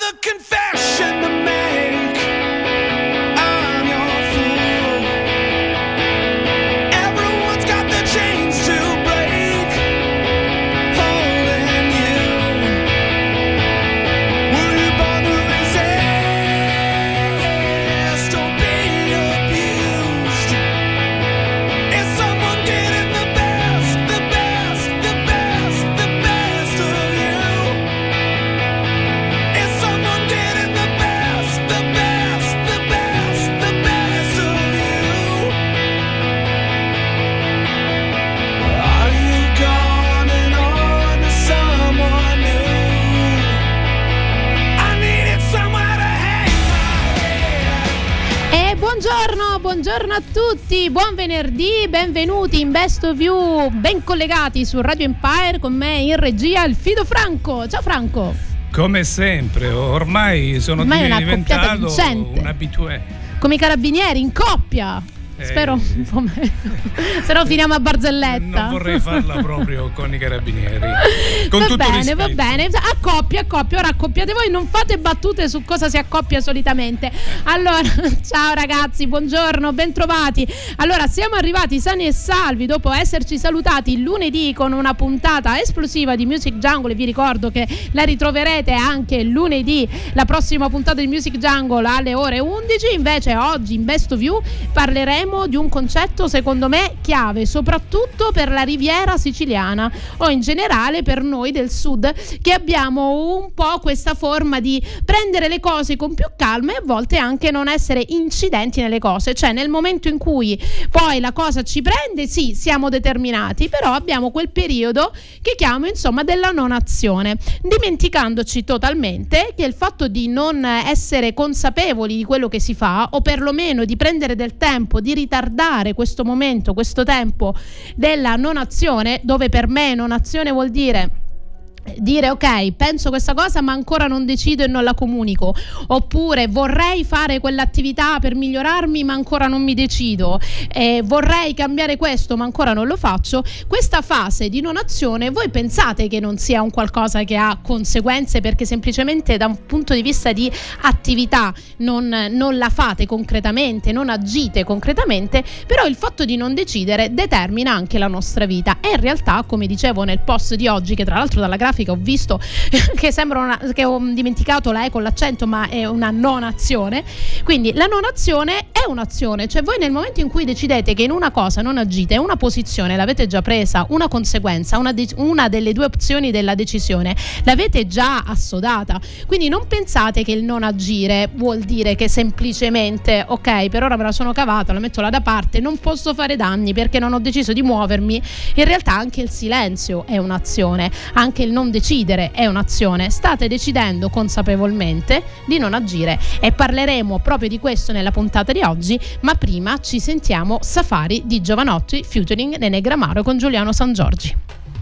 a confession to make. I'm your fool. Everyone's got the chains to break, holding you. Were you born to resist or be abused? Is someone getting the best, the best, the best, the best of you? Is someone getting the best, the best, the best, the best of you? Are you gone and on to someone new? I needed somewhere to hang my head. E buongiorno a tutti, buon venerdì, benvenuti in Best of You, ben collegati su Radio Empire, con me in regia il Fido Franco. Ciao Franco. Come sempre, ormai sono Ormai è una accoppiata diventato vincente. un habitué. Come i carabinieri in coppia. Spero un po' meno. Se no finiamo a barzelletta. Non vorrei farla proprio con i carabinieri. Con Va tutto bene, rispetto. va bene. Accoppia. Ora accoppiate voi, non fate battute su cosa si accoppia solitamente. Allora, ciao ragazzi, buongiorno, bentrovati. Allora, siamo arrivati sani e salvi dopo esserci salutati il lunedì con una puntata esplosiva di Music Jungle. Vi ricordo che la ritroverete anche lunedì, la prossima puntata di Music Jungle alle ore 11. Invece oggi in Best of You parleremo di un concetto secondo me chiave, soprattutto per la riviera siciliana o in generale per noi del sud, che abbiamo un po' questa forma di prendere le cose con più calma e a volte anche non essere incidenti nelle cose, cioè nel momento in cui poi la cosa ci prende, sì, siamo determinati, però abbiamo quel periodo che chiamo insomma della non azione, dimenticandoci totalmente che il fatto di non essere consapevoli di quello che si fa, o perlomeno di prendere del tempo, di ritardare questo momento, questo tempo della non azione, dove per me non azione vuol dire ok, penso questa cosa ma ancora non decido e non la comunico, oppure vorrei fare quell'attività per migliorarmi ma ancora non mi decido, vorrei cambiare questo ma ancora non lo faccio. Questa fase di non azione, voi pensate che non sia un qualcosa che ha conseguenze perché semplicemente da un punto di vista di attività non la fate concretamente, non agite concretamente, però il fatto di non decidere determina anche la nostra vita. E in realtà, come dicevo nel post di oggi, che tra l'altro dalla grafica ho visto che sembra che ho dimenticato la E con l'accento, ma è una non azione. Quindi la non azione è un'azione, cioè voi nel momento in cui decidete che in una cosa non agite, una posizione l'avete già presa, una conseguenza, una delle due opzioni della decisione l'avete già assodata. Quindi non pensate che il non agire vuol dire che semplicemente ok, per ora me la sono cavata, la metto là da parte, non posso fare danni perché non ho deciso di muovermi. In realtà anche il silenzio è un'azione, anche il non decidere è un'azione. State decidendo consapevolmente di non agire e parleremo proprio di questo nella puntata di oggi, ma prima ci sentiamo Safari di Giovanotti featuring Nene Gramaro con Giuliano Sangiorgi.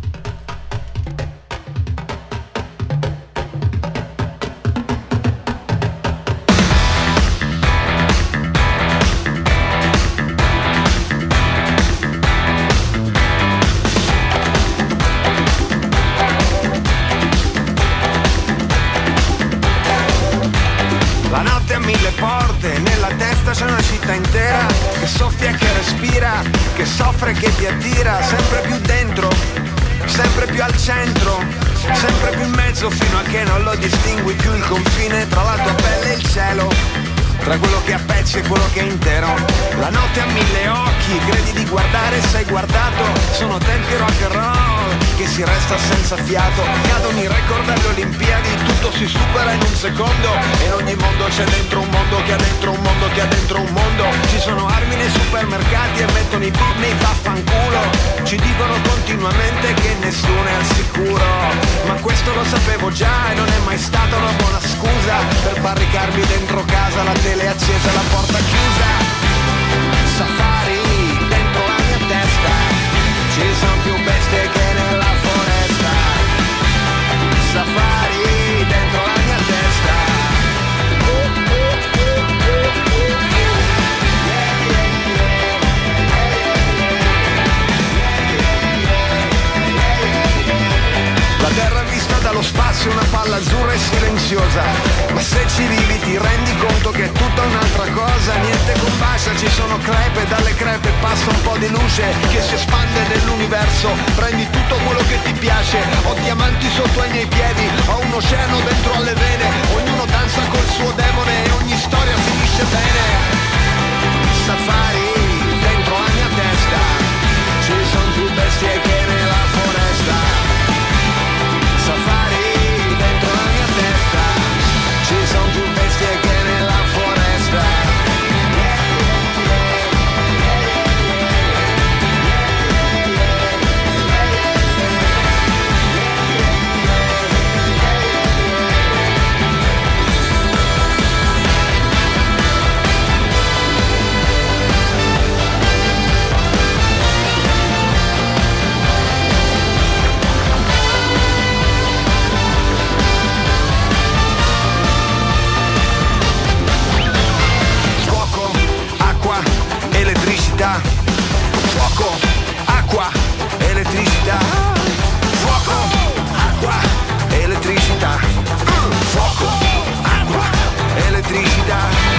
Nella testa c'è una città intera che soffia e che respira, che soffre e che ti attira, sempre più dentro, sempre più al centro, sempre più in mezzo, fino a che non lo distingui più il confine tra la tua pelle e il cielo, tra quello che è a pezzi e quello che è intero. La notte ha mille occhi, credi di guardare, sei guardato, sono tempi rock and roll che si resta senza fiato, cadono i record alle Olimpiadi, tutto si supera in un secondo, e in ogni mondo c'è dentro un mondo che ha dentro un mondo che ha dentro un mondo. Ci sono armi nei supermercati e mettono i beat nei vaffanculo, ci dicono continuamente che nessuno è al sicuro, ma questo lo sapevo già e non è mai stata una buona scusa per barricarmi dentro casa, la tele è accesa, la porta chiusa. Safari dentro la mia testa, ci sono più bestie che nella foresta. Safari dentro la mia testa. La terra vista dallo spazio, una palla azzurra e silenziosa preziosa, ma se ci vivi ti rendi conto che è tutta un'altra cosa. Niente combacia, ci sono crepe, dalle crepe passa un po' di luce che si espande nell'universo. Prendi tutto quello che ti piace, ho diamanti sotto ai miei piedi, ho un oceano dentro alle vene, ognuno danza col suo demone e ogni storia finisce bene. Safari dentro la mia testa, ci sono più bestie che nella foresta. Safari dentro la mia testa, ci sono più bestie che nella foresta. Elettricità, fuoco, acqua, elettricità, fuoco, acqua, elettricità, fuoco, acqua, elettricità.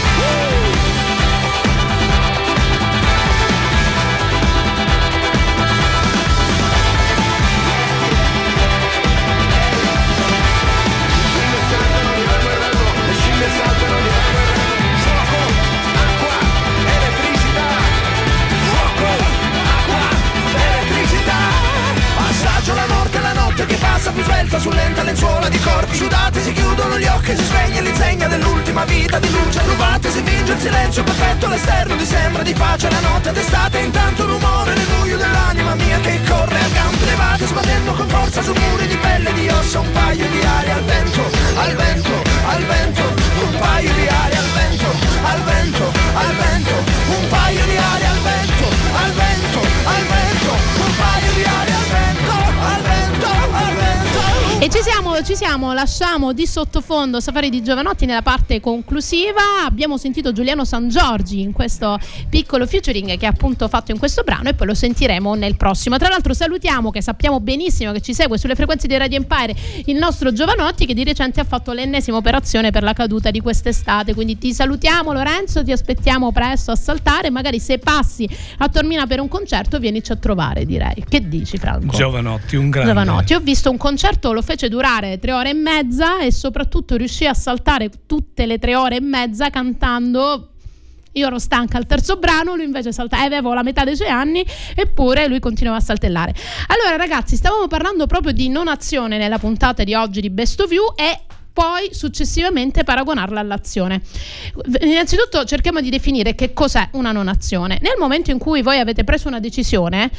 Che passa più svelta su lenta lenzuola di corpi sudati, si chiudono gli occhi, si spegne l'insegna dell'ultima vita di luce rubate, si finge il silenzio perfetto, l'esterno ti sembra di pace, la notte d'estate, intanto un rumore nel buio dell'anima mia che corre a gambe levate, sbattendo con forza su muri di pelle di ossa, un paio di ali al vento, al vento, al vento, un paio di ali al vento, al vento, al vento, un paio di ali al vento, al vento, al vento, un paio di ali al vento, al vento, al vento. E ci siamo, lasciamo di sottofondo Safari di Jovanotti nella parte conclusiva. Abbiamo sentito Giuliano Sangiorgi in questo piccolo featuring che ha appunto fatto in questo brano e poi lo sentiremo nel prossimo. Tra l'altro salutiamo, che sappiamo benissimo che ci segue sulle frequenze di Radio Empire, il nostro Jovanotti, che di recente ha fatto l'ennesima operazione per la caduta di quest'estate, quindi ti salutiamo Lorenzo, ti aspettiamo presto a saltare, magari se passi a Taormina per un concerto vienici a trovare, direi. Che dici, Franco? Giovanotti, un grande. Giovanotti, ho visto un concerto, lo fece durare 3 ore e mezza e soprattutto riuscì a saltare tutte le 3 ore e mezza cantando. Io ero stanca al terzo brano, lui invece saltava, avevo la metà dei suoi anni, eppure lui continuava a saltellare. Allora ragazzi, stavamo parlando proprio di non azione nella puntata di oggi di Best of You e poi successivamente paragonarla all'azione. Innanzitutto cerchiamo di definire che cos'è una non azione. Nel momento in cui voi avete preso una decisione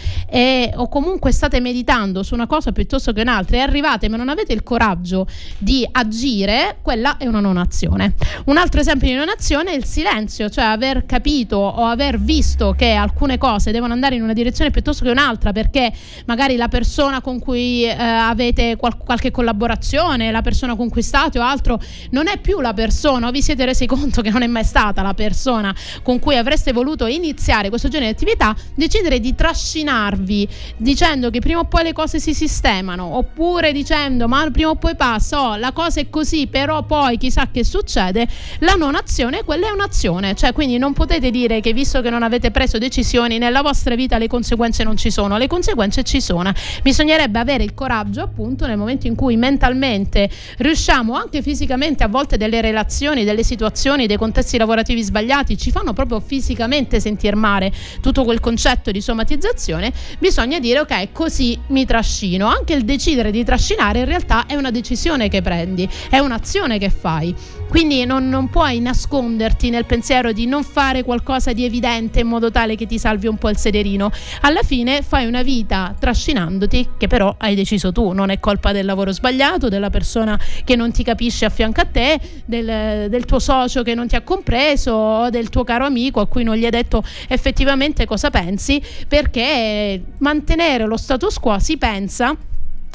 o comunque state meditando su una cosa piuttosto che un'altra e arrivate ma non avete il coraggio di agire, quella è una non azione. Un altro esempio di non azione è il silenzio, cioè aver capito o aver visto che alcune cose devono andare in una direzione piuttosto che un'altra perché magari la persona con cui avete qualche collaborazione, la persona con cui state o altro non è più la persona, o vi siete resi conto che non è mai stata la persona con cui avreste voluto iniziare questo genere di attività, decidere di trascinarvi dicendo che prima o poi le cose si sistemano, oppure dicendo ma prima o poi passa, la cosa è così però poi chissà che succede, la non azione, quella è un'azione. Cioè, quindi non potete dire che visto che non avete preso decisioni nella vostra vita le conseguenze non ci sono, le conseguenze ci sono. Bisognerebbe avere il coraggio, appunto, nel momento in cui mentalmente riusciamo, anche fisicamente, a volte delle relazioni, delle situazioni, dei contesti lavorativi sbagliati ci fanno proprio fisicamente sentir male, tutto quel concetto di somatizzazione, bisogna dire ok, così mi trascino. Anche il decidere di trascinare in realtà è una decisione che prendi, è un'azione che fai, quindi non puoi nasconderti nel pensiero di non fare qualcosa di evidente in modo tale che ti salvi un po' il sederino. Alla fine fai una vita trascinandoti che però hai deciso tu, non è colpa del lavoro sbagliato, della persona che non ti capisce a fianco a te, del tuo socio che non ti ha compreso, del tuo caro amico a cui non gli hai detto effettivamente cosa pensi, perché mantenere lo status quo si pensa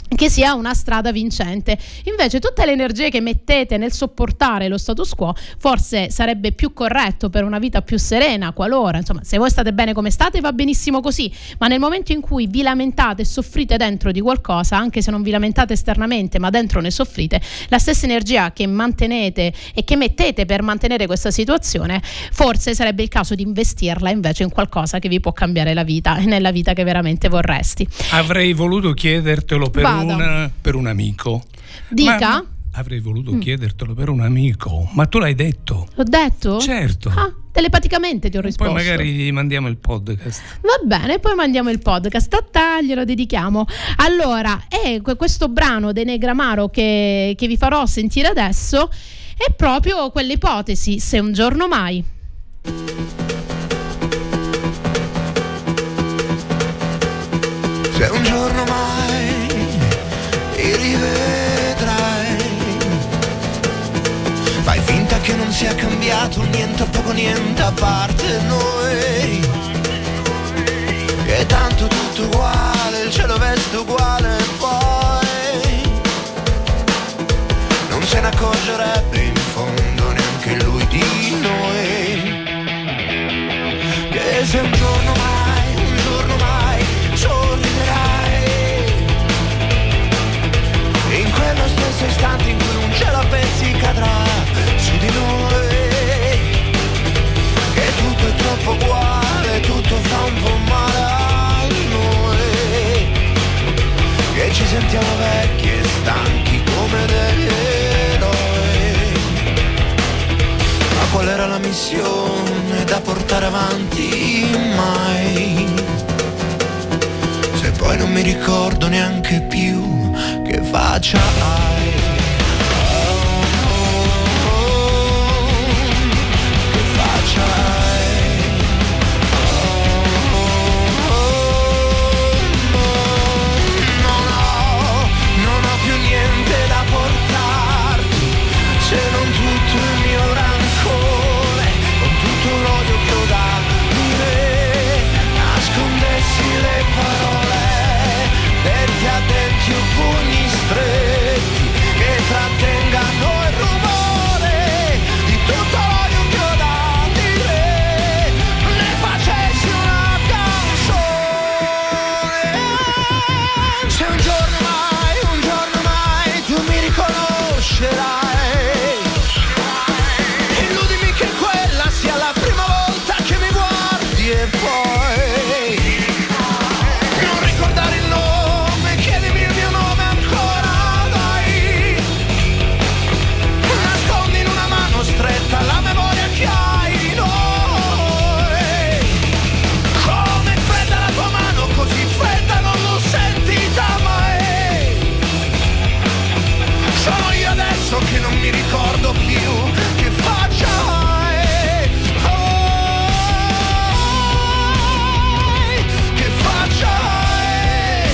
che sia una strada vincente. Invece tutte le energie che mettete nel sopportare lo status quo, forse sarebbe più corretto per una vita più serena, qualora, insomma, se voi state bene come state va benissimo così, ma nel momento in cui vi lamentate e soffrite dentro di qualcosa, anche se non vi lamentate esternamente ma dentro ne soffrite, la stessa energia che mantenete e che mettete per mantenere questa situazione, forse sarebbe il caso di investirla invece in qualcosa che vi può cambiare la vita e nella vita che veramente vorresti. Avrei voluto chiedertelo per un amico. Dica. Ma avrei voluto chiedertelo per un amico, ma tu l'hai detto. L'ho detto? Certo. Telepaticamente ti ho risposto. Poi magari gli mandiamo il podcast. Va bene, poi mandiamo il podcast. Glielo dedichiamo. Allora, questo brano dei Negramaro che vi farò sentire adesso è proprio quell'ipotesi, se un giorno mai. Se un giorno mai ti rivedrai, fai finta che non sia cambiato niente, poco niente a parte noi, che tanto tutto uguale, il cielo veste uguale, e poi non se ne accorgerebbe in fondo neanche lui di noi, che se un giorno mai sorriderai, in quello stesso istante in cui un cielo a pezzi cadrà su di noi, che tutto è troppo uguale, tutto fa un po' male a noi, che ci sentiamo vecchi e stanchi come degli eroi. Ma qual era la missione da portare avanti mai? Se poi non mi ricordo neanche più che faccia hai. Che faccia hai. Non ho più niente da portarti, se non tutto il mio rancore, con tutto l'odio che ho da dire, nascondessi le parole, detti a denti o pugni stretti, che trattengano il rumore di tutto l'odio che ho da dire, ne facessi una canzone. Se un giorno mai tu mi riconoscerai, illudimi che quella sia la prima volta che mi guardi e poi non ricordare il nome, chiedimi il mio nome ancora, dai. Nascondi in una mano stretta la memoria che hai di noi. Come fredda la tua mano, così fredda non l'ho sentita mai. Sono io adesso che non mi ricordo più che faccia hai. Che faccia hai.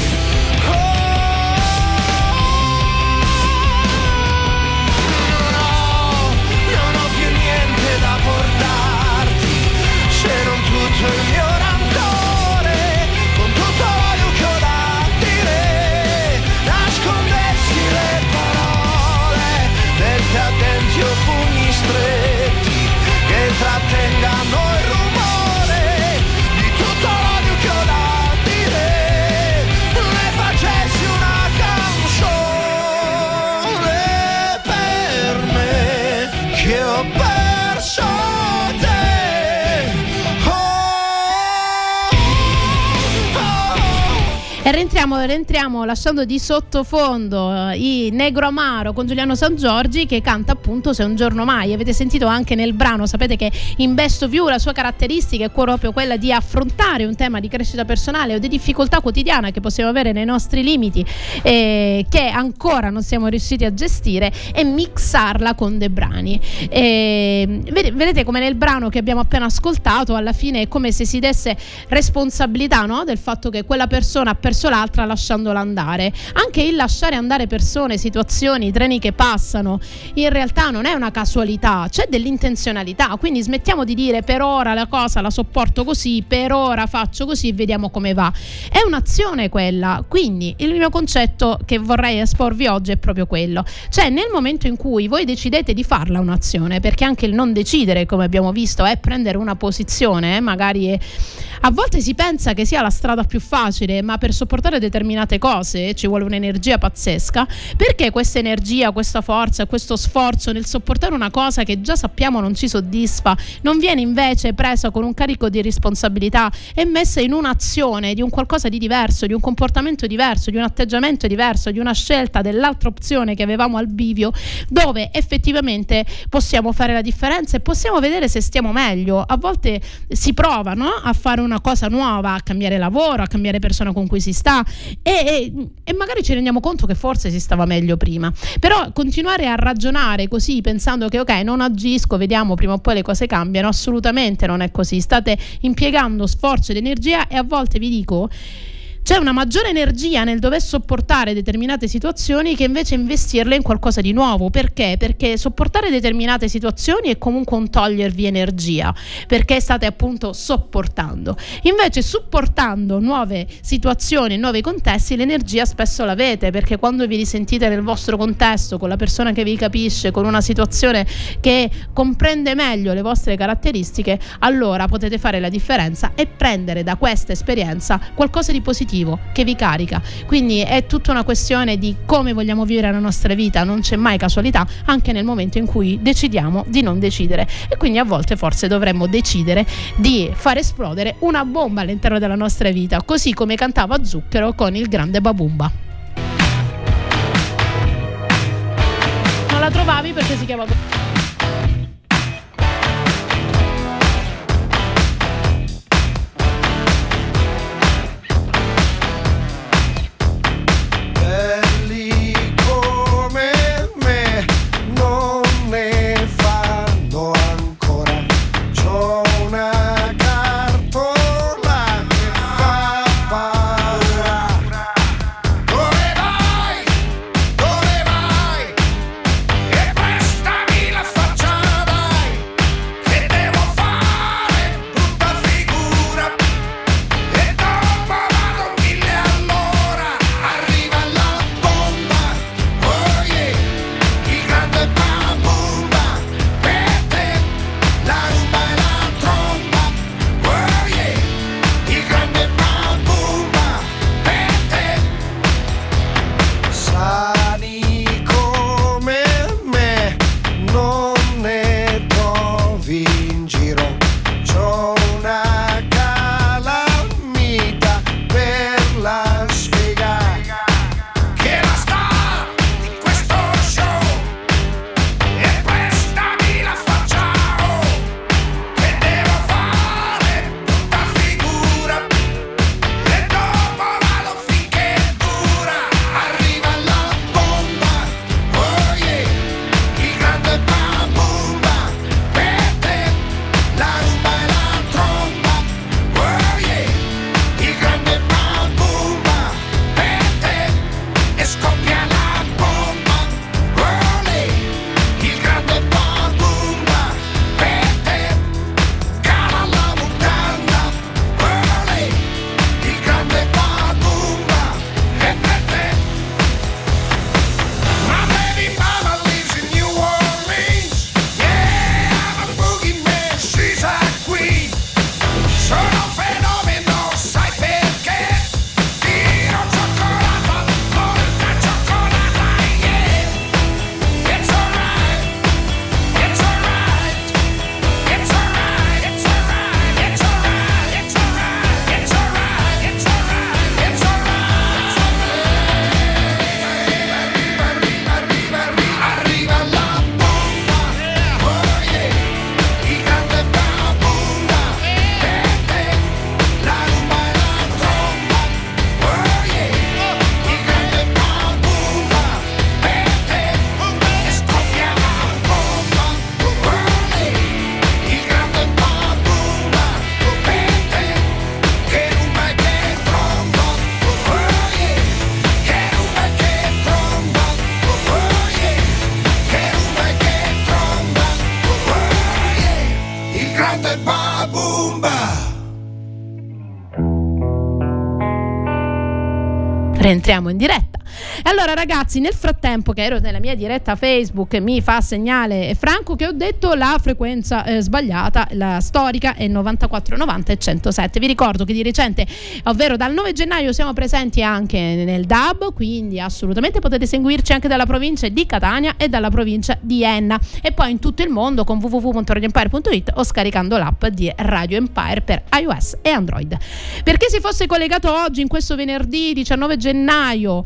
Non ho più niente da portarti, se non tutto il mio rancore, con tutto l'odio che ho da dire, nascondessi le parole, dette a denti o pugni stretti, che trattengano il rumore di tutto l'odio che ho da dire, ne facessi una canzone per me che ho perso te. E rientriamo lasciando di sottofondo i Negramaro con Giuliano Sangiorgi, che canta appunto Se un giorno mai. Avete sentito anche nel brano, sapete che in Best of You la sua caratteristica è proprio quella di affrontare un tema di crescita personale o di difficoltà quotidiana che possiamo avere nei nostri limiti, che ancora non siamo riusciti a gestire, e mixarla con dei brani. Vedete come nel brano che abbiamo appena ascoltato alla fine è come se si desse responsabilità, no? Del fatto che quella persona ha perso verso l'altra lasciandola andare. Anche il lasciare andare persone, situazioni, treni che passano, in realtà non è una casualità, c'è dell'intenzionalità, quindi smettiamo di dire per ora la cosa la sopporto così, per ora faccio così e vediamo come va. È un'azione quella, quindi il mio concetto che vorrei esporvi oggi è proprio quello, cioè nel momento in cui voi decidete di farla un'azione, perché anche il non decidere, come abbiamo visto, è prendere una posizione, magari a volte si pensa che sia la strada più facile, ma per sopportare determinate cose ci vuole un'energia pazzesca, perché questa energia, questa forza, questo sforzo nel sopportare una cosa che già sappiamo non ci soddisfa, non viene invece presa con un carico di responsabilità e messa in un'azione di un qualcosa di diverso, di un comportamento diverso, di un atteggiamento diverso, di una scelta dell'altra opzione che avevamo al bivio, dove effettivamente possiamo fare la differenza e possiamo vedere se stiamo meglio. A volte si prova, no? A fare una cosa nuova, a cambiare lavoro, a cambiare persona con cui si sta e magari ci rendiamo conto che forse si stava meglio prima, però continuare a ragionare così pensando che ok, non agisco, vediamo prima o poi le cose cambiano, assolutamente non è così. State impiegando sforzo ed energia e a volte vi dico c'è una maggiore energia nel dover sopportare determinate situazioni che invece investirle in qualcosa di nuovo. Perché? Perché sopportare determinate situazioni è comunque un togliervi energia, perché state appunto sopportando. Invece supportando nuove situazioni, nuovi contesti, l'energia spesso l'avete, perché quando vi risentite nel vostro contesto, con la persona che vi capisce, con una situazione che comprende meglio le vostre caratteristiche, allora potete fare la differenza e prendere da questa esperienza qualcosa di positivo che vi carica. Quindi è tutta una questione di come vogliamo vivere la nostra vita, non c'è mai casualità, anche nel momento in cui decidiamo di non decidere, e quindi a volte forse dovremmo decidere di far esplodere una bomba all'interno della nostra vita, così come cantava Zucchero con il grande Babumba. Non la trovavi perché si chiama Dove vai? E questa rientriamo in diretta. E allora ragazzi, nel frattempo che ero nella mia diretta Facebook, mi fa segnale Franco che ho detto la frequenza sbagliata, la storica è 9490 e 107. Vi ricordo che di recente, ovvero dal 9 gennaio, siamo presenti anche nel DAB, quindi assolutamente potete seguirci anche dalla provincia di Catania e dalla provincia di Enna, e poi in tutto il mondo con www.radioempire.it o scaricando l'app di Radio Empire per iOS e Android. Per chi si fosse collegato oggi in questo venerdì 19 gennaio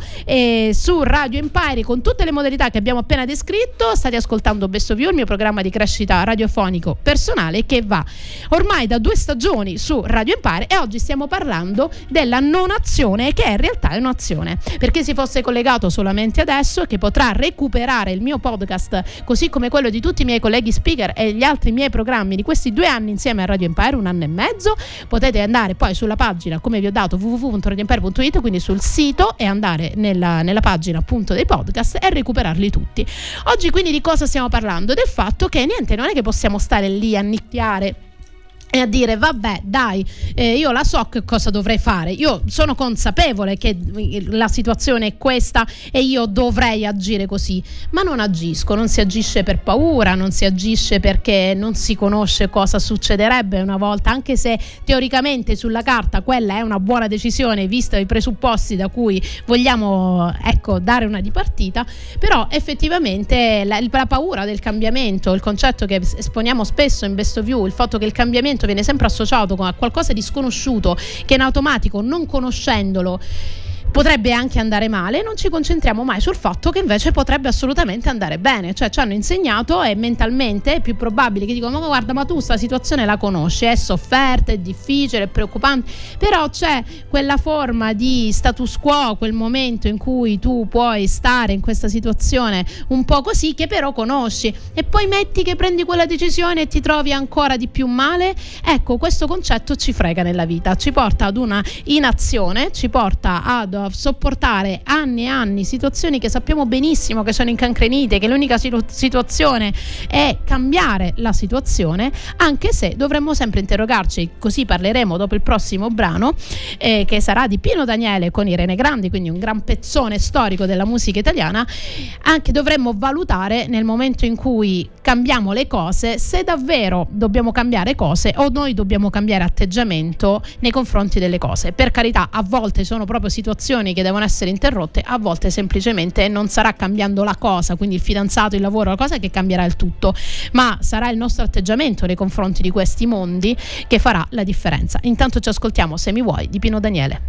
su Radio Empire con tutte le modalità che abbiamo appena descritto, state ascoltando Best of You, il mio programma di crescita radiofonico personale che va ormai da 2 stagioni su Radio Empire, e oggi stiamo parlando della non azione, che in realtà è un'azione. Per chi si fosse collegato solamente adesso, che potrà recuperare il mio podcast così come quello di tutti i miei colleghi speaker e gli altri miei programmi di questi 2 anni insieme a Radio Empire, 1 anno e mezzo, potete andare poi sulla pagina, come vi ho dato, www.radioempire.it, quindi sul sito, e andare nella pagina appunto dei podcast e recuperarli tutti. Oggi quindi di cosa stiamo parlando? Del fatto che niente, non è che possiamo stare lì a nicchiare e a dire vabbè dai, io la so che cosa dovrei fare, io sono consapevole che la situazione è questa e io dovrei agire così, ma non agisco. Non si agisce per paura, non si agisce perché non si conosce cosa succederebbe una volta, anche se teoricamente sulla carta quella è una buona decisione visto i presupposti da cui vogliamo dare una dipartita, però effettivamente la paura del cambiamento, il concetto che esponiamo spesso in Best of You, il fatto che il cambiamento viene sempre associato a qualcosa di sconosciuto, che in automatico, non conoscendolo, potrebbe anche andare male. Non ci concentriamo mai sul fatto che invece potrebbe assolutamente andare bene. Cioè ci hanno insegnato, e mentalmente è più probabile che dicono ma guarda, ma tu sta situazione la conosci, è sofferta, è difficile, è preoccupante, però c'è quella forma di status quo, quel momento in cui tu puoi stare in questa situazione un po' così, che però conosci, e poi metti che prendi quella decisione e ti trovi ancora di più male. Ecco, questo concetto ci frega nella vita, ci porta ad una inazione, ci porta ad sopportare anni e anni situazioni che sappiamo benissimo che sono incancrenite, che l'unica situazione è cambiare la situazione, anche se dovremmo sempre interrogarci. Così parleremo dopo il prossimo brano, che sarà di Pino Daniele con Irene Grandi, quindi un gran pezzone storico della musica italiana. Anche dovremmo valutare, nel momento in cui cambiamo le cose, se davvero dobbiamo cambiare cose o noi dobbiamo cambiare atteggiamento nei confronti delle cose. Per carità, a volte sono proprio situazioni che devono essere interrotte, a volte semplicemente non sarà cambiando la cosa, quindi il fidanzato, il lavoro, la cosa, che cambierà il tutto, ma sarà il nostro atteggiamento nei confronti di questi mondi che farà la differenza. Intanto ci ascoltiamo Se mi vuoi di Pino Daniele.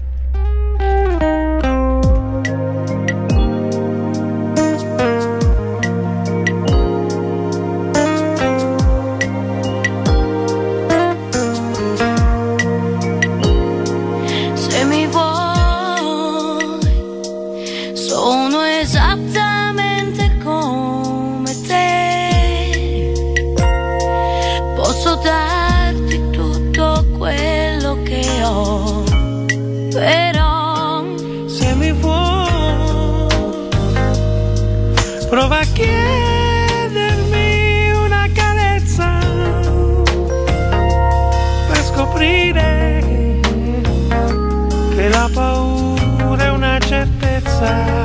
Esattamente come te, posso darti tutto quello che ho, però se mi vuoi, prova a chiedermi una carezza per scoprire che la paura è una certezza.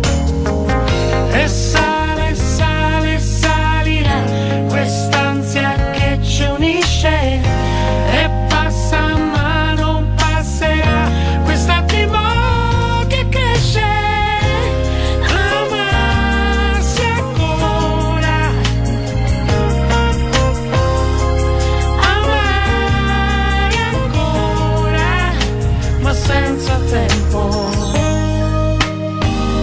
E sale, sale, salirà quest'ansia che ci unisce, e passa ma non passerà quest'attimo che cresce. Amarsi ancora, amare ancora, ma senza tempo.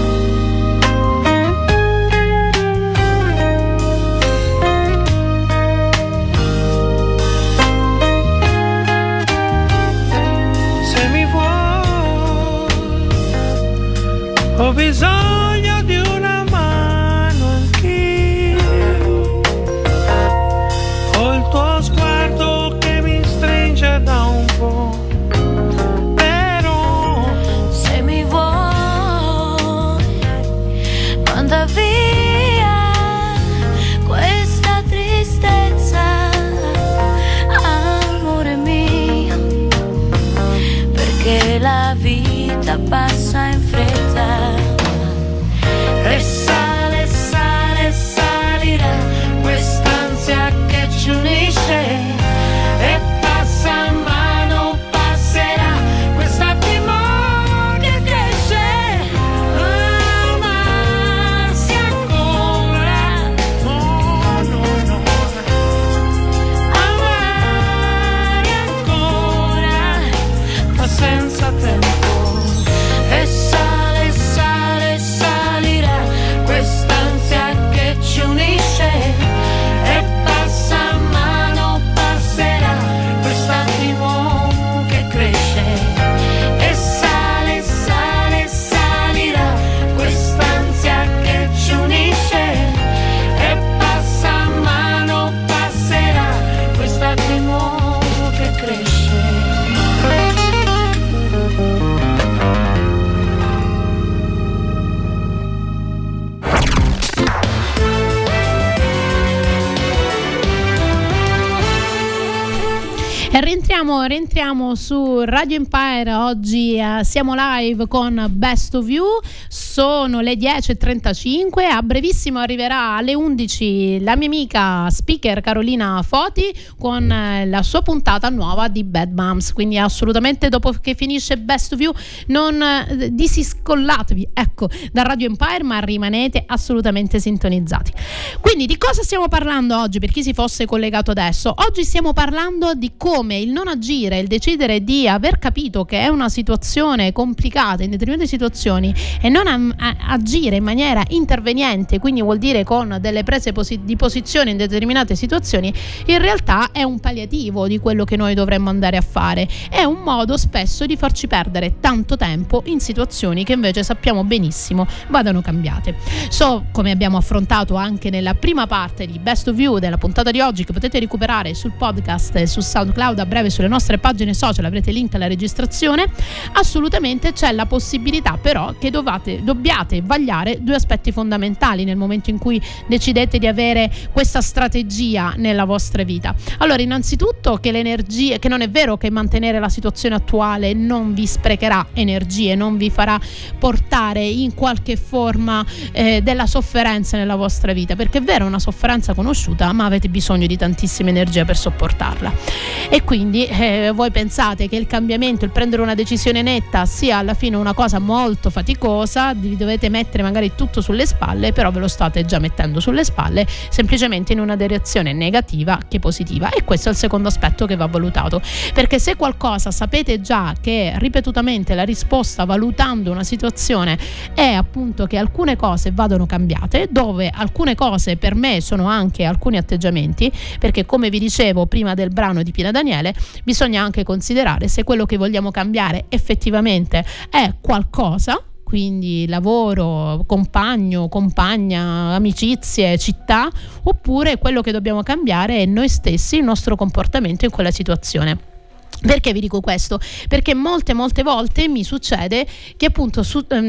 E rientriamo su Radio Empire. Oggi siamo live con Best of You. Sono le 10:35. A brevissimo arriverà alle 11 la mia amica speaker Carolina Foti con la sua puntata nuova di Bad Moms. Quindi assolutamente dopo che finisce Best of You non disiscollatevi, ecco, da Radio Empire, ma rimanete assolutamente sintonizzati. Quindi di cosa stiamo parlando oggi, per chi si fosse collegato adesso? Oggi stiamo parlando di come il non agire, il decidere di aver capito che è una situazione complicata in determinate situazioni e non agire in maniera interveniente, quindi vuol dire con delle prese di posizione in determinate situazioni, in realtà è un palliativo di quello che noi dovremmo andare a fare. È un modo spesso di farci perdere tanto tempo in situazioni che invece sappiamo benissimo vadano cambiate. Come abbiamo affrontato anche nella prima parte di Best of You della puntata di oggi, che potete recuperare sul podcast e su SoundCloud, a breve sulle nostre pagine social avrete link alla registrazione. Assolutamente c'è la possibilità però che dobbiate vagliare due aspetti fondamentali nel momento in cui decidete di avere questa strategia nella vostra vita. Allora, innanzitutto che l'energia, che non è vero che mantenere la situazione attuale non vi sprecherà energie, non vi farà portare in qualche forma della sofferenza nella vostra vita, perché è vero, è una sofferenza conosciuta, ma avete bisogno di tantissima energia per sopportarla. E quindi voi pensate che il cambiamento, il prendere una decisione netta sia alla fine una cosa molto faticosa, vi dovete mettere magari tutto sulle spalle, però ve lo state già mettendo sulle spalle, semplicemente in una direzione negativa che positiva. E questo è il secondo aspetto che va valutato, perché se qualcosa sapete già che ripetutamente la risposta valutando una situazione è appunto che alcune cose vadano cambiate, dove alcune cose per me sono anche alcuni atteggiamenti, perché come vi dicevo prima del brano di Pina Daniele, bisogna anche considerare se quello che vogliamo cambiare effettivamente è qualcosa, quindi lavoro, compagno, compagna, amicizie, città, oppure quello che dobbiamo cambiare è noi stessi, il nostro comportamento in quella situazione. Perché vi dico questo? Perché molte volte mi succede che appunto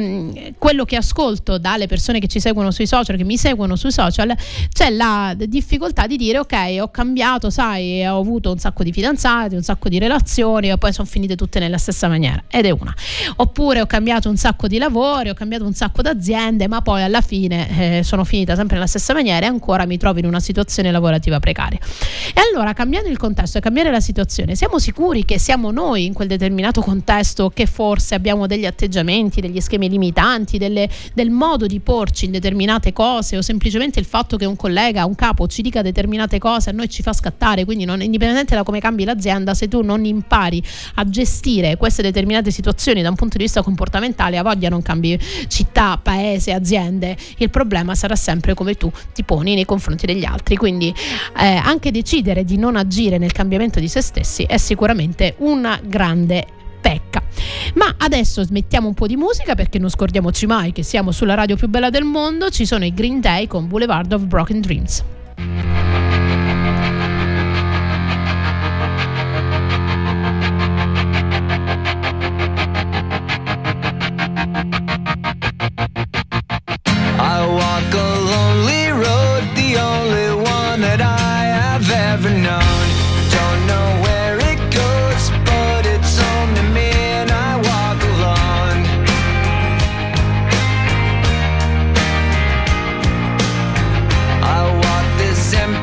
quello che ascolto dalle persone che ci seguono sui social, che mi seguono sui social, c'è la difficoltà di dire ok, ho cambiato, sai, ho avuto un sacco di fidanzati, un sacco di relazioni e poi sono finite tutte nella stessa maniera, ed è una. Oppure ho cambiato un sacco di lavori, ho cambiato un sacco d'aziende, ma poi alla fine sono finita sempre nella stessa maniera e ancora mi trovo in una situazione lavorativa precaria. E allora, cambiando il contesto e cambiare la situazione, siamo sicuri che siamo noi in quel determinato contesto che forse abbiamo degli atteggiamenti, degli schemi limitanti, del modo di porci in determinate cose, o semplicemente il fatto che un collega, un capo ci dica determinate cose a noi ci fa scattare, quindi indipendentemente da come cambi l'azienda, se tu non impari a gestire queste determinate situazioni da un punto di vista comportamentale, a voglia non cambi città, paese, aziende, il problema sarà sempre come tu ti poni nei confronti degli altri. Quindi anche decidere di non agire nel cambiamento di se stessi è sicuramente una grande pecca. Ma adesso smettiamo un po' di musica, perché non scordiamoci mai che siamo sulla radio più bella del mondo. Ci sono i Green Day con Boulevard of Broken Dreams. I walk a lonely road, the only one that I have ever known. Don't know where it goes, but it's home to me and I walk alone. I walk this empty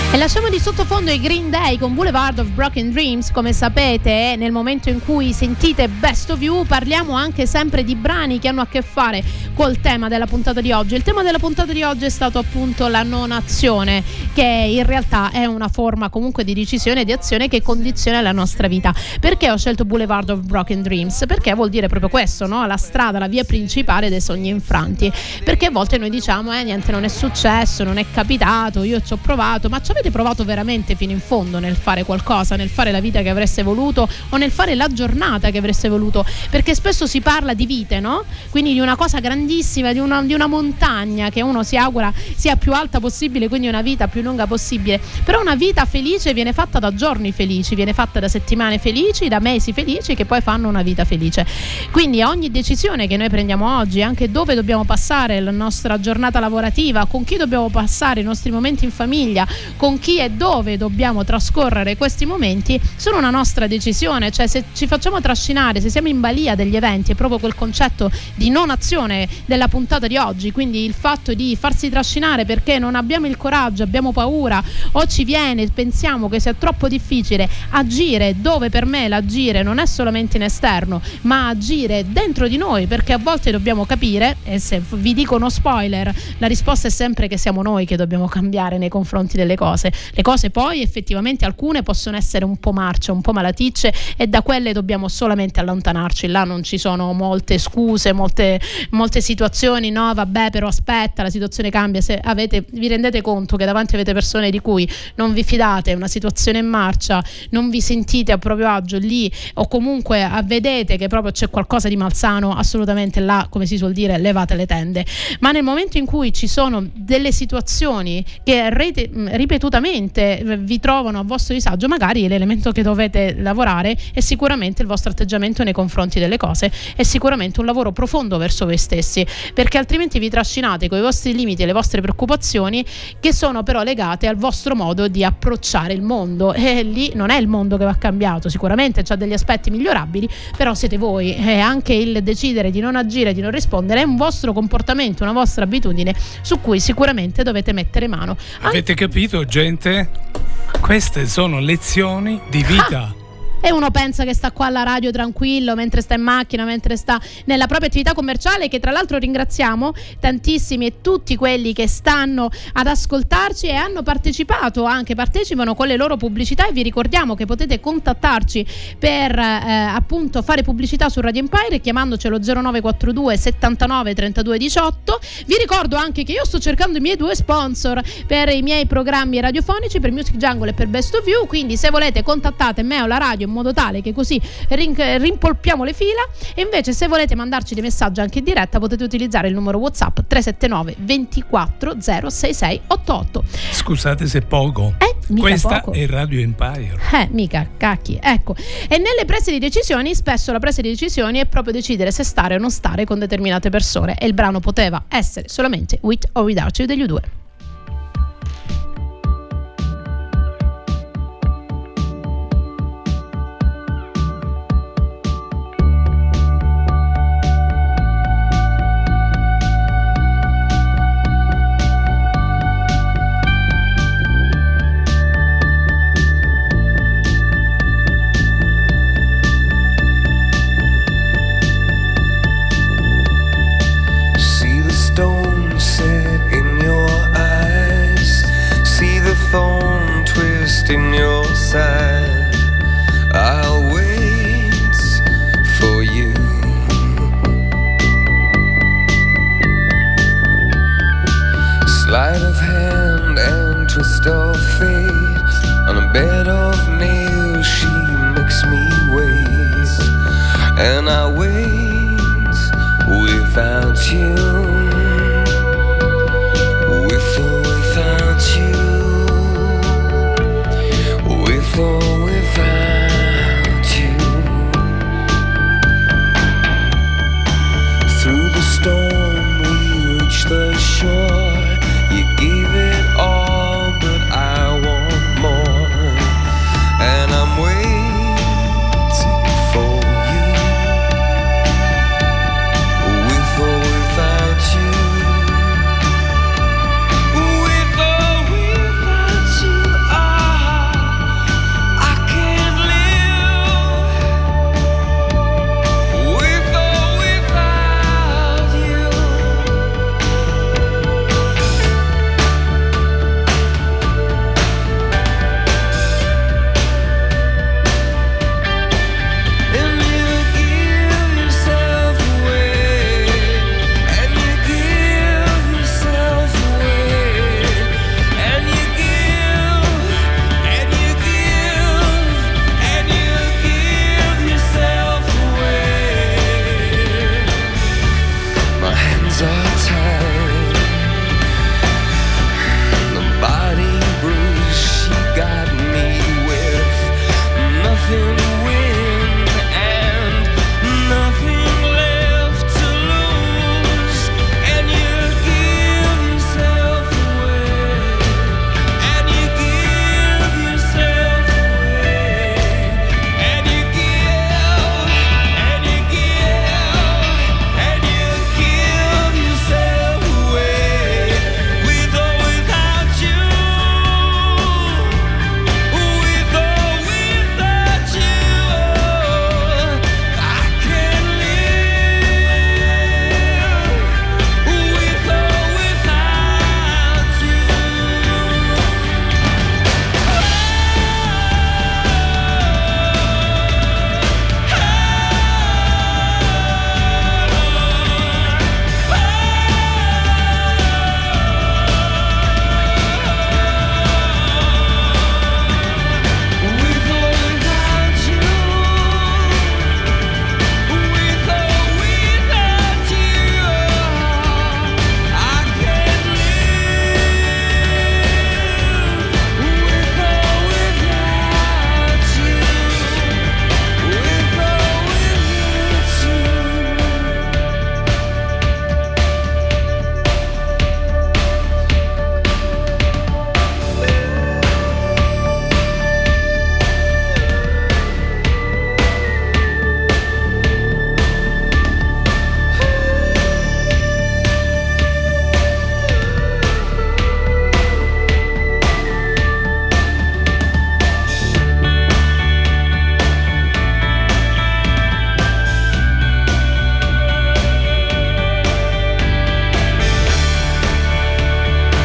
E lasciamo di sottofondo i Green Day con Boulevard of Broken Dreams. Come sapete, nel momento in cui sentite Best of You parliamo anche sempre di brani che hanno a che fare col tema della puntata di oggi. Il tema della puntata di oggi è stato appunto la non azione, che in realtà è una forma comunque di decisione e di azione che condiziona la nostra vita. Perché ho scelto Boulevard of Broken Dreams? Perché vuol dire proprio questo, no? La strada, la via principale dei sogni infranti. Perché a volte noi diciamo niente, non è successo, non è capitato, io ci ho provato, ma ci avete provato veramente fino in fondo nel fare qualcosa, nel fare la vita che avreste voluto o nel fare la giornata che avreste voluto? Perché spesso si parla di vite, no? Quindi di una cosa grandissima, di una montagna che uno si augura sia più alta possibile, quindi una vita più lunga possibile. Però una vita felice viene fatta da giorni felici, viene fatta da settimane felici, da mesi felici che poi fanno una vita felice. Quindi ogni decisione che noi prendiamo oggi, anche dove dobbiamo passare la nostra giornata lavorativa, con chi dobbiamo passare i nostri momenti in famiglia, con chi e dove dobbiamo trascorrere questi momenti, sono una nostra decisione. Cioè, se ci facciamo trascinare, se siamo in balia degli eventi, è proprio quel concetto di non azione della puntata di oggi, quindi il fatto di farsi trascinare perché non abbiamo il coraggio, abbiamo paura o ci viene, pensiamo che sia troppo difficile agire, dove per me l'agire non è solamente in esterno ma agire dentro di noi, perché a volte dobbiamo capire, e se vi dico uno spoiler, la risposta è sempre che siamo noi che dobbiamo cambiare nei confronti delle cose. Le cose poi effettivamente alcune possono essere un po' marce, un po' malaticce, e da quelle dobbiamo solamente allontanarci. Là non ci sono molte scuse, molte situazioni, no vabbè però aspetta, la situazione cambia. Se vi rendete conto che davanti avete persone di cui non vi fidate, una situazione in marcia, non vi sentite a proprio agio lì, o comunque vedete che proprio c'è qualcosa di malsano, assolutamente là, come si suol dire, levate le tende. Ma nel momento in cui ci sono delle situazioni che ripetutamente vi trovano a vostro disagio, magari l'elemento che dovete lavorare è sicuramente il vostro atteggiamento nei confronti delle cose, è sicuramente un lavoro profondo verso voi stessi, perché altrimenti vi trascinate con i vostri limiti e le vostre preoccupazioni, che sono però legate al vostro modo di approcciare il mondo, e lì non è il mondo che va cambiato, sicuramente c'ha degli aspetti migliorabili, però siete voi, e anche il decidere di non agire, di non rispondere è un vostro comportamento, una vostra abitudine su cui sicuramente dovete mettere mano. Avete capito, gente? Queste sono lezioni di vita. E uno pensa che sta qua alla radio tranquillo mentre sta in macchina, mentre sta nella propria attività commerciale, che tra l'altro ringraziamo tantissimi, e tutti quelli che stanno ad ascoltarci e hanno partecipano con le loro pubblicità. E vi ricordiamo che potete contattarci per appunto fare pubblicità su Radio Empire chiamandoci allo 0942 79 32 18. Vi ricordo anche che io sto cercando i miei 2 sponsor per i miei programmi radiofonici, per Music Jungle e per Best of You, quindi se volete contattate me o la radio in modo tale che così rimpolpiamo le fila. E invece se volete mandarci dei messaggi anche in diretta potete utilizzare il numero WhatsApp 379 24 066 88. Scusate se poco. Questa poco. È Radio Empire. Mica cacchi, ecco. E nelle prese di decisioni, spesso la presa di decisioni è proprio decidere se stare o non stare con determinate persone, e il brano poteva essere solamente With or Without You degli U2. Thorn twist in your side, I'll wait for you. Sleight of hand and twist of fate, on a bed of nails she makes me wait, and I wait without you, with or without you. With or without you. Through the storm we reach the shore. You gave it all, but I want more, and I'm waiting for you. With or without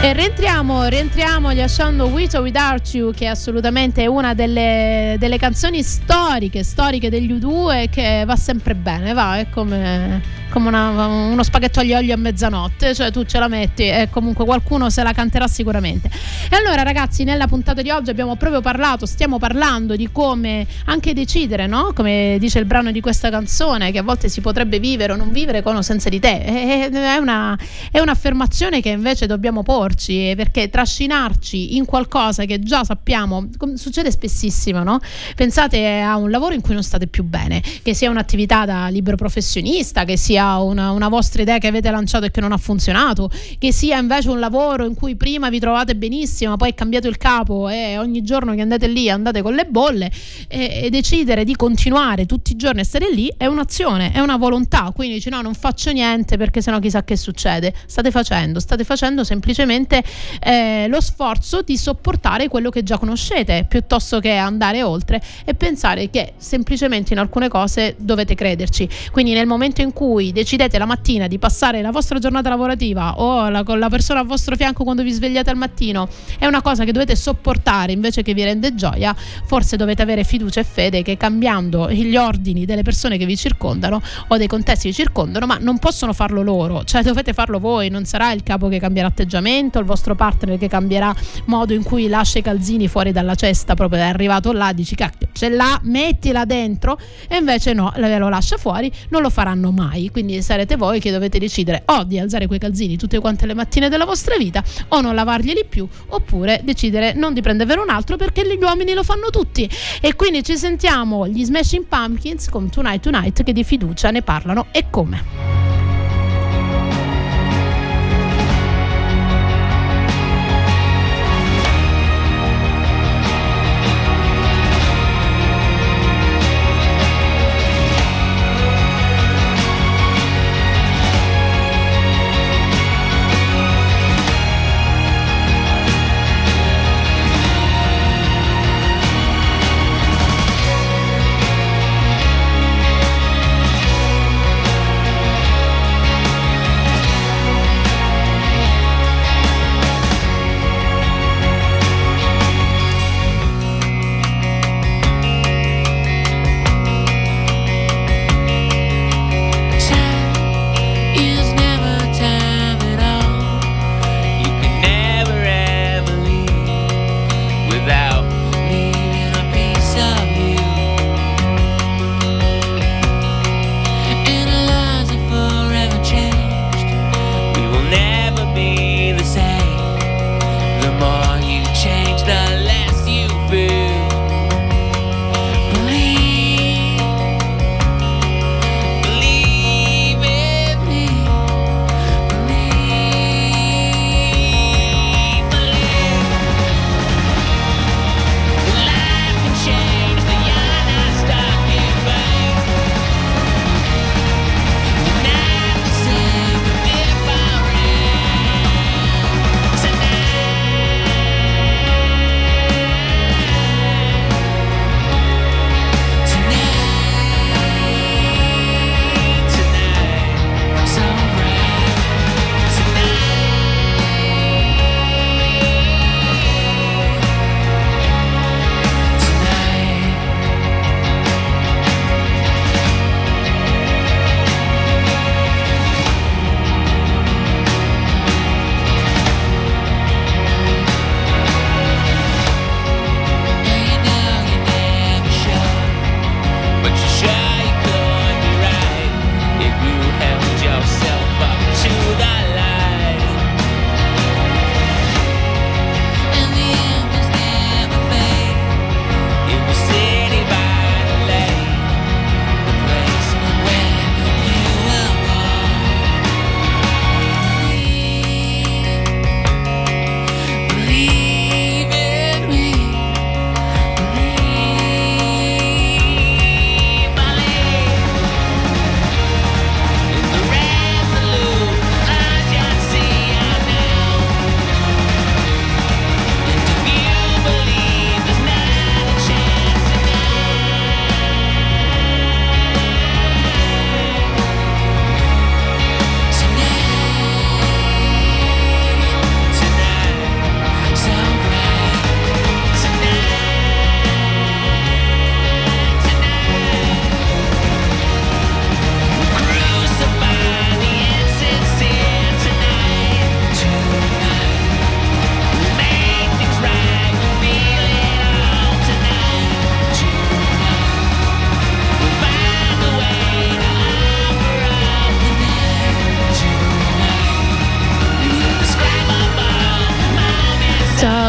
E rientriamo lasciando With or Without You, che è assolutamente una delle canzoni storiche degli U2, che va sempre bene, è come uno spaghetto agli olio a mezzanotte, cioè tu ce la metti e comunque qualcuno se la canterà sicuramente. E allora ragazzi, nella puntata di oggi stiamo parlando di come anche decidere, no? Come dice il brano di questa canzone, che a volte si potrebbe vivere o non vivere con o senza di te. È un'affermazione che invece dobbiamo porci, perché trascinarci in qualcosa che già sappiamo succede spessissimo, no? Pensate a un lavoro in cui non state più bene, che sia un'attività da libero professionista, che sia una vostra idea che avete lanciato e che non ha funzionato, che sia invece un lavoro in cui prima vi trovate benissimo, poi è cambiato il capo e ogni giorno che andate lì andate con le bolle, e decidere di continuare tutti i giorni a stare lì è un'azione, è una volontà. Quindi dici no, non faccio niente perché sennò chissà che succede. State facendo semplicemente lo sforzo di sopportare quello che già conoscete, piuttosto che andare oltre e pensare che semplicemente in alcune cose dovete crederci. Quindi nel momento in cui decidete la mattina di passare la vostra giornata lavorativa o con la persona a vostro fianco quando vi svegliate al mattino è una cosa che dovete sopportare invece che vi rende gioia, forse dovete avere fiducia e fede che cambiando gli ordini delle persone che vi circondano o dei contesti che vi circondano, ma non possono farlo loro, cioè dovete farlo voi. Non sarà il capo che cambierà atteggiamento, il vostro partner che cambierà modo in cui lascia i calzini fuori dalla cesta, proprio è arrivato là, dici cacchio ce l'ha, mettila dentro, e invece no, lo lascia fuori, non lo faranno mai. Quindi sarete voi che dovete decidere o di alzare quei calzini tutte quante le mattine della vostra vita o non lavarglieli più, oppure decidere non di prenderne un altro perché gli uomini lo fanno tutti. E quindi ci sentiamo gli Smashing Pumpkins con Tonight Tonight, che di fiducia ne parlano e come.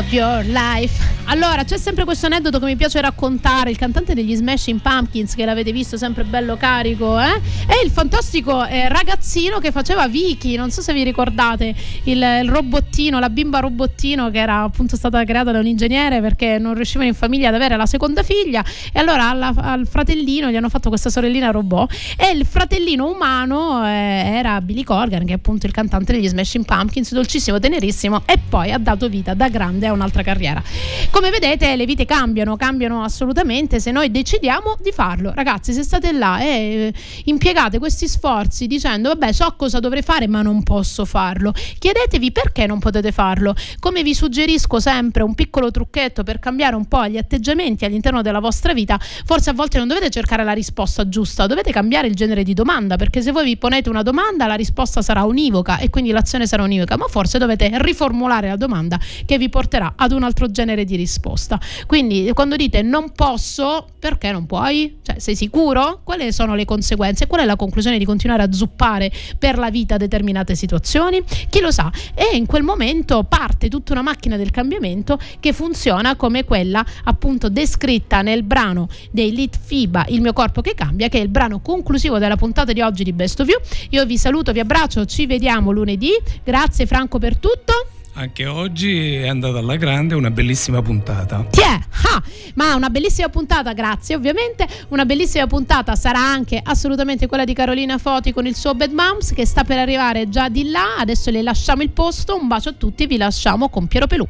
of Your Life. Allora, c'è sempre questo aneddoto che mi piace raccontare. Il cantante degli Smashing Pumpkins, che l'avete visto, sempre bello carico, è il fantastico ragazzino che faceva Vicky. Non so se vi ricordate il robottino, la bimba robottino, che era appunto stata creata da un ingegnere perché non riuscivano in famiglia ad avere la seconda figlia, e allora al fratellino gli hanno fatto questa sorellina robot, e il fratellino umano era Billy Corgan, che è appunto il cantante degli Smashing Pumpkins, dolcissimo, tenerissimo, e poi ha dato vita da grande a un'altra carriera. Come vedete, le vite cambiano assolutamente se noi decidiamo di farlo. Ragazzi, se state là e impiegate questi sforzi dicendo vabbè, so cosa dovrei fare ma non posso farlo, chiedetevi perché non potete farlo. Come vi suggerisco sempre un piccolo trucchetto per cambiare un po' gli atteggiamenti all'interno della vostra vita, forse a volte non dovete cercare la risposta giusta, dovete cambiare il genere di domanda, perché se voi vi ponete una domanda la risposta sarà univoca e quindi l'azione sarà univoca, ma forse dovete riformulare la domanda che vi porterà ad un altro genere di risposta. Quindi quando dite non posso, perché non puoi? Cioè, sei sicuro? Quali sono le conseguenze? Qual è la conclusione di continuare a zuppare per la vita determinate situazioni? Chi lo sa? E in quel momento parte tutta una macchina del cambiamento che funziona come quella appunto descritta nel brano dei Litfiba, Il mio corpo che cambia, che è il brano conclusivo della puntata di oggi di Best of You. Io vi saluto, vi abbraccio, ci vediamo lunedì. Grazie Franco per tutto. Anche oggi è andata alla grande, una bellissima puntata. Ma una bellissima puntata, grazie ovviamente. Una bellissima puntata sarà anche assolutamente quella di Carolina Foti con il suo Bad Moms, che sta per arrivare già di là. Adesso le lasciamo il posto. Un bacio a tutti, vi lasciamo con Piero Pelù.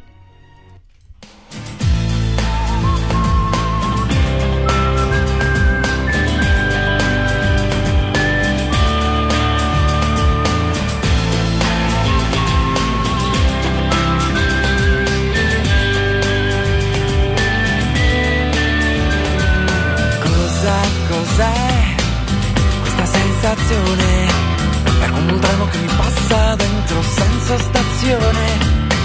Cos'è questa sensazione? È come un treno che mi passa dentro senza stazione.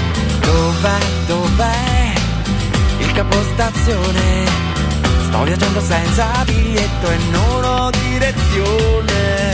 Dov'è il capostazione? Sto viaggiando senza biglietto e non ho direzione.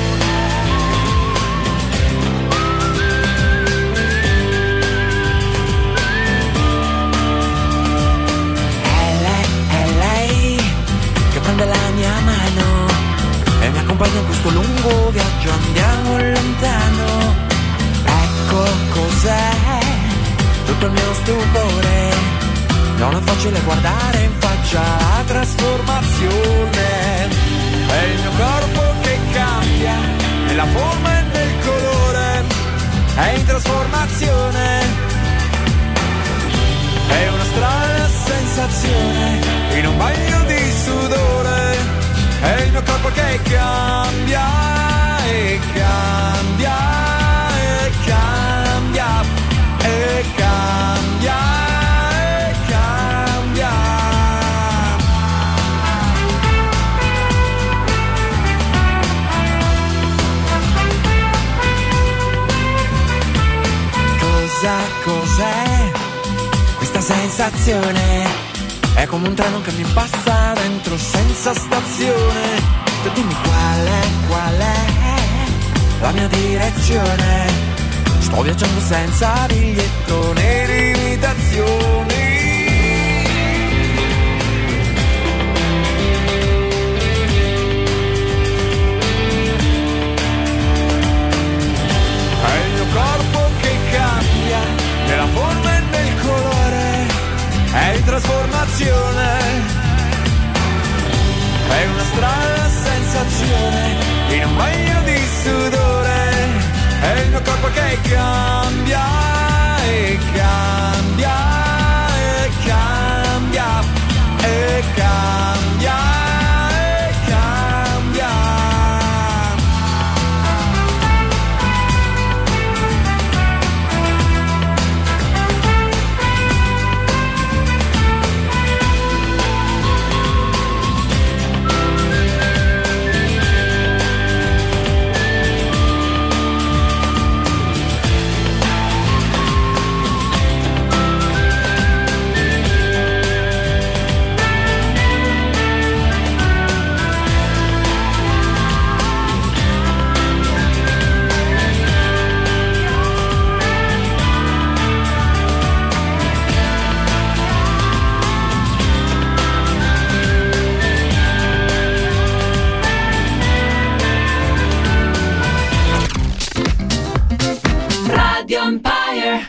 Prende la mia mano e mi accompagna in questo lungo viaggio, andiamo lontano. Ecco cos'è tutto il mio stupore, non è facile guardare in faccia la trasformazione. È il mio corpo che cambia nella forma e nel colore, è in trasformazione, è una strana sensazione in un bagno di sudore, è il mio corpo che cambia e cambia e cambia e cambia e cambia. Cos'è questa sensazione? È come un treno che mi passa dentro senza stazione. Tu dimmi qual è la mia direzione. Sto viaggiando senza biglietto né limitazione.